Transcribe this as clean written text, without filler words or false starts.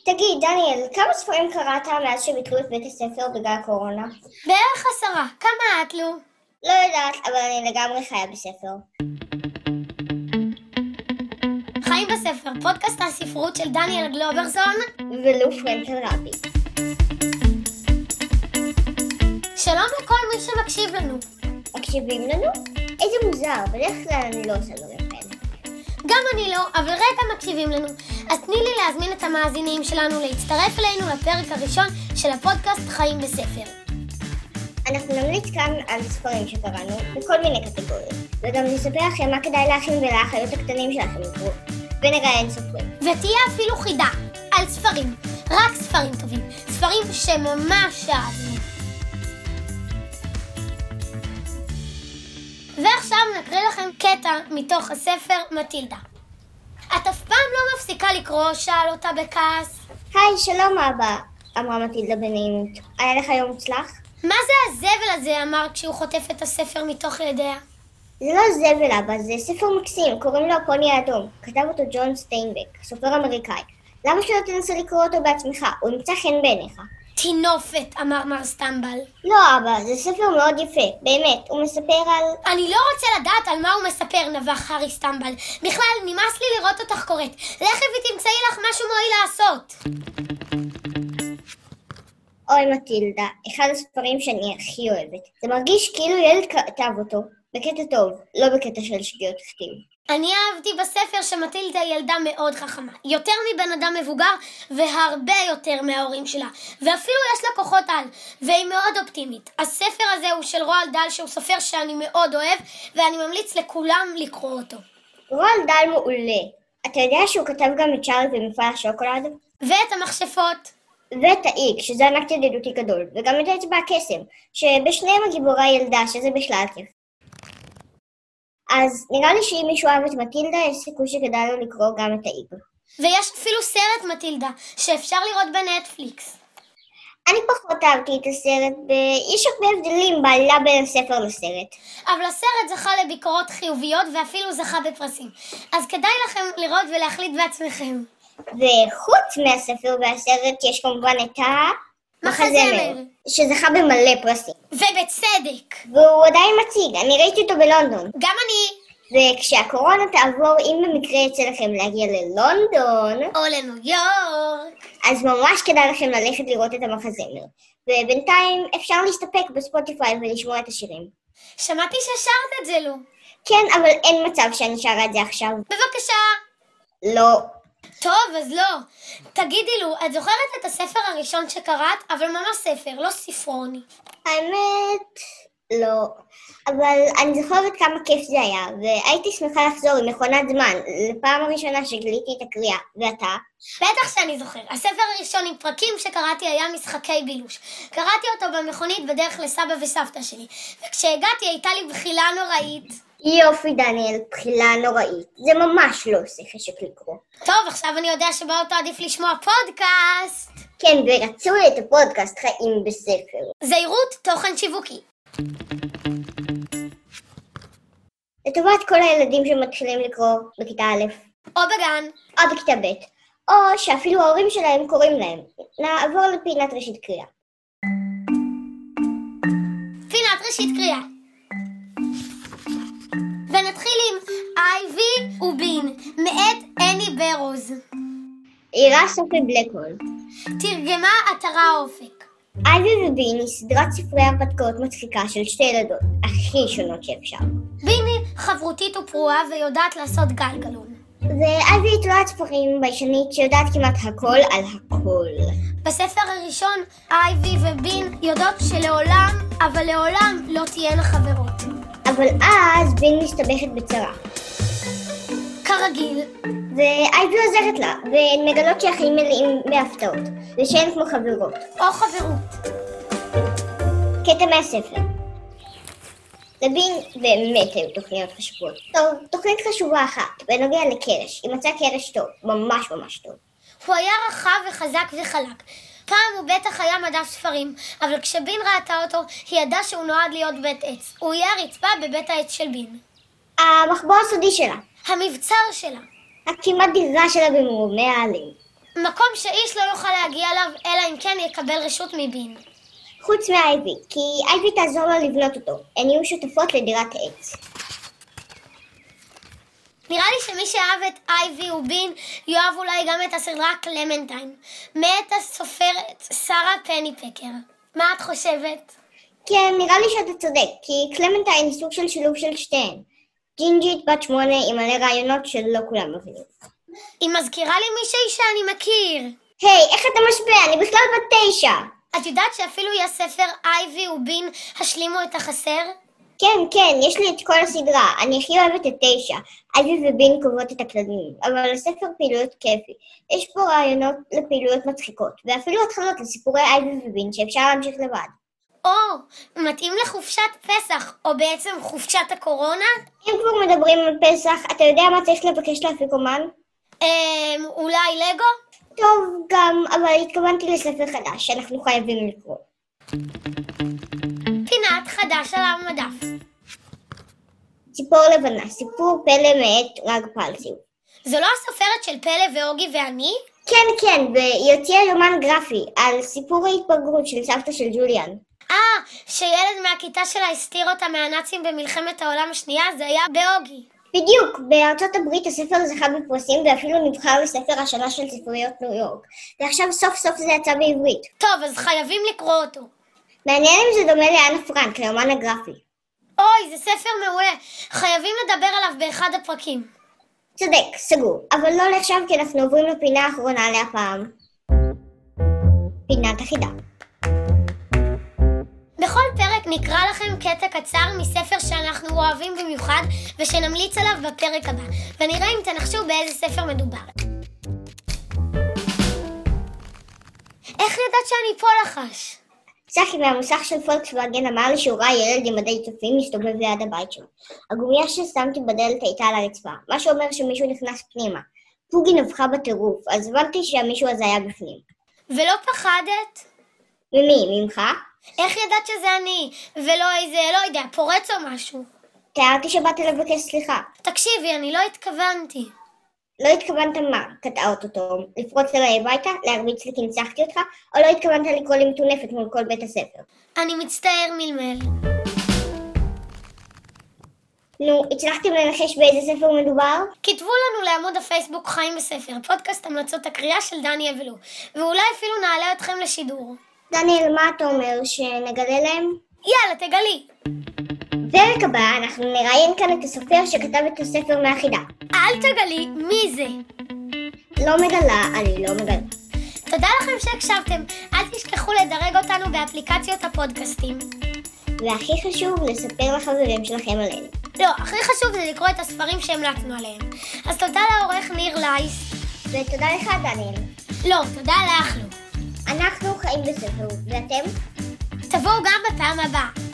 תגיד, דניאל, כמה ספרים קראת מאז שביטלו את בית הספר בגלל הקורונה? בערך 10. כמה את לו? לא יודעת, אבל אני לגמרי חיה בספר. חיים בספר, פודקאסט הספרות של דניאל גלוברזון ולו פרנקל רבי. שלום לכל מי שמקשיב לנו. מקשיבים לנו? איזה מוזר, בדרך כלל אני לא עושה דברים כאלה. גם אני לא, אבל רגע מקשיבים לנו. אז תני לי להזמין את המאזינים שלנו להצטרף אלינו לפרק הראשון של הפודקאסט חיים בספר. אנחנו נמליץ כאן על ספרים שקראנו בכל מיני קטגוריות, וגם נספר לכם מה כדאי לאחים ולאחיות הקטנים שלכם לקרוא, ונראיין סופרים. ותהיה אפילו חידה על ספרים, רק ספרים טובים, ספרים שממש אהבנו. ועכשיו נקריא לכם קטע מתוך הספר מטילדה. את אף פעם לא מפסיקה לקרוא, שאל אותה בכעס. היי, שלום אבא, אמרה מטילדה בנעימות. היה לך יום מוצלח? מה זה הזבל הזה, אמר כשהוא חוטף את הספר מתוך ידיה. זה לא זבל אבא, זה ספר מקסים, קוראים לו הפוני האדום. כתב אותו ג'ון סטיינבק, סופר אמריקאי. למה שלא תנסה לקרוא אותו בעצמך? הוא נמצא חן בעיניך. תינופת, אמר מר סטמבל. לא אבא, זה ספר מאוד יפה, באמת, הוא מספר על... אני לא רוצה לדעת על מה הוא מספר, נבח הארי סטמבל. בכלל, נמאס לי לראות אותך קוראת. לכי ותמצאי לך משהו מועיל לעשות. אוי מטילדה, אחד הספרים שאני הכי אוהבת. זה מרגיש כאילו ילד כתב אותו, בקטע טוב, לא בקטע של שגיאות כתיב. אני אהבתי בספר שמטילדה ילדה מאוד חכמה, יותר מבן אדם מבוגר והרבה יותר מההורים שלה, ואפילו יש לה כוחות על, והיא מאוד אופטימית. הספר הזה הוא של רועל דל, שהוא סופר שאני מאוד אוהב, ואני ממליץ לכולם לקרוא אותו. רועל דל מעולה. אתה יודע שהוא כתב גם את צ'ארלי במפעל השוקולד? ואת המכשפות. ואת האיק, שזה ענק ידידותי גדול, וגם את אצבע הקסם, שבשניהם הגיבורה ילדה, שזה בכלל כיף. אז נראה לי שאם מישהו אוהב את מטילדה, יש סיכוי שכדאי לו לקרוא גם את האיק. ויש אפילו סרט מטילדה, שאפשר לראות בנטפליקס. אני פחות אהבתי את הסרט, יש הרבה הבדלים בעלילה בין הספר לסרט. אבל הסרט זכה לביקורות חיוביות, ואפילו זכה בפרסים. אז כדאי לכם לראות ולהחליט בעצמכם. וחוץ מהספר והסרט יש כמובן את מחזמר, שזכה במלא פרסים. ובצדק. והוא עדיין מציג, אני ראיתי אותו בלונדון. גם אני. וכשהקורונה תעבור, אם במקרה יצא לכם להגיע ללונדון, או לניו יורק, אז ממש כדאי לכם ללכת לראות את המחזמר. ובינתיים אפשר להסתפק בספוטיפיי ולשמוע את השירים. שמעתי ששרת את זה, לו. כן, אבל אין מצב שאני שרה את זה עכשיו. בבקשה. לא. טוב, אז לא. תגידי לו, את זוכרת את הספר הראשון שקראת, אבל ממש ספר, לא ספרוני. האמת, לא. אבל אני זוכרת כמה כיף זה היה, והייתי שמחה לחזור עם מכונת זמן, לפעם הראשונה שגיליתי את הקריאה. ואתה? בטח שאני זוכר. הספר הראשון עם פרקים שקראתי היה משחקי בילוש. קראתי אותו במכונית בדרך לסבא וסבתא שלי, וכשהגעתי הייתה לי בחילה נוראית. יופי דניאל, בחילה נוראית. זה ממש לא עושה חשק לקרוא. טוב, עכשיו אני יודע שבאותו עדיף לשמוע פודקאסט. כן, ורצו את הפודקאסט חיים בספר. זהירות, תוכן שיווקי. לטובת כל הילדים שמתחילים לקרוא בכיתה א', או בגן, או בכיתה ב', או שאפילו ההורים שלהם קוראים להם. נעבור לפינת ראשית קריאה. פינת ראשית קריאה. ונתחיל עם אייבי ובין, מאת אני ברוז. עירה סופי בלקהול. תרגמה עטרה אופק. אייבי ובין היא סדרת ספרי הרפתקאות מצחיקה של שתי ילדות, הכי שונות שאפשר. בין היא חברותית ופרועה ויודעת לעשות גלגלון. ואייבי היא תולעת ספרים ביישנית שיודעת כמעט הכל על הכל. בספר הראשון, אייבי ובין יודעות שלעולם, אבל לעולם לא תהיינה חברות. אבל אז בין מסתבכת בצרה. כרגיל. ואייבי עוזרת לה, והן מגלות שהחיים מלאים בהפתעות, ושהן כמו חברות. או חברות. קטע מהספר. לבין באמת היו תוכניות חשובות. טוב, תוכנית חשובה אחת, בנוגע לקרש. היא מצאה קרש טוב, ממש ממש טוב. הוא היה רחב וחזק וחלק. פעם הוא בטח היה מדף ספרים, אבל כשבין ראתה אותו, היא ידעה שהוא נועד להיות בית עץ. הוא יהיה הרצפה בבית העץ של בין. המחבוא הסודי שלה. המבצר שלה. הכמעט דירה שלה במרומי העלים. מקום שאיש לא יוכל להגיע אליו, אלא אם כן יקבל רשות מבין. חוץ מאייבי, כי אייבי תעזור לו לבנות אותו. הן יהיו שותפות לדירת עץ. נראה לי שמי שאהב את אייבי ובין, יאהב אולי גם את הסדרה קלמנטיין, מאת הסופרת שרה פניפקר. מה את חושבת? כן, נראה לי שאתה צודק, כי קלמנטיין היא סוג של שילוב של שתיהן. ג'ינג'ית בת 8 עם מלא רעיונות שלא כולם מבינים. היא מזכירה לי מישהי שאני מכיר. היי, איך אתה משווה? אני בכלל בת 9. את יודעת שאפילו יש ספר אייבי ובין השלימו את החסר? כן, יש לי את כל הסדרה. אני הכי אוהבת את 9. אייבי ובין קובעות את הכללים, אבל הספר פעילויות כיפי. יש פה רעיונות לפעילויות מצחיקות, ואפילו התחלות לסיפורי אייבי ובין שאפשר להמשיך לבד. מתאים לחופשת פסח, או בעצם חופשת הקורונה? אם כבר מדברים על פסח, אתה יודע מה צריך לבקש לאפיקומן? אולי לגו? טוב, גם, אבל התכוונתי לספר חדש שאנחנו חייבים לקרוא. פינת חדש על המדף. ציפור לבנה, סיפור פלא מאת רג פלסיו. זו לא הסופרת של פלא ואוגי ואני? כן, והיא הוציאה יומן גרפי על סיפור ההתבגרות של סבתא של ג'וליאן. שילד מהכיתה שלה הסתיר אותה מהנאצים במלחמת העולם השנייה, זה היה באוגי. בדיוק, בארצות הברית הספר זכה בפרסים ואפילו נבחר לספר השנה של ספריות ניו יורק. ועכשיו סוף סוף זה יצא בעברית. טוב, אז חייבים לקרוא אותו. מעניין אם זה דומה לאנה פרנק, ליומן הגרפי. אוי, זה ספר מעולה. חייבים לדבר עליו באחד הפרקים. צודק, סגור. אבל לא לעכשיו כי אנחנו עוברים לפינה האחרונה להפעם. פינת החידה. בכל פרק נקרא לכם קטע קצר מספר שאנחנו אוהבים במיוחד ושנמליץ עליו בפרק הבא, ונראה אם תנחשו באיזה ספר מדובר. איך ידעת שאני פה לחש? צחי מהמוסך של פולקסווגן אמר לי שהוא ראה ילד עם מדי צופים מסתובב ליד הבית שלו. הגומיה ששמתי בדלת הייתה על הרצפה, מה שאומר שמישהו נכנס פנימה. פוגי נבחה בטירוף, אז הבנתי שהמישהו הזה היה בפנים. ולא פחדת? ממי? ממך? איך ידעת שזה אני, ולא איזה, לא יודע, פורץ או משהו? תיארתי שבאת לבקש סליחה. תקשיבי, אני לא התכוונתי. לא התכוונת מה? קטעת אותו, לפרוץ אליי הביתה, להרביץ לי כי ניצחתי אותך, או לא התכוונת לקרוא לי מטונפת מול כל בית הספר? אני מצטער מלמל. נו, הצלחתם לנחש באיזה ספר מדובר? כתבו לנו לעמוד הפייסבוק חיים בספר, פודקאסט המלצות הקריאה של דני אבלו, ואולי אפילו נעלה אתכם לשידור. דניאל, מה אתה אומר? שנגלה להם? יאללה, תגלי! בפרק הבא אנחנו נראיין כאן את הסופר שכתב את הספר מהחידה. אל תגלי, מי זה? לא מגלה, אני לא מגלה. תודה לכם שהקשבתם, אל תשכחו לדרג אותנו באפליקציות הפודקאסטים. והכי חשוב, לספר לחברים שלכם עלינו. לא, הכי חשוב זה לקרוא את הספרים שהמלצנו עליהם. אז תודה לעורך ניר לייס. ותודה לך, דניאל. לא, תודה לך לו. אנחנו חיים בספר, ואתם? תבואו גם בפעם הבאה.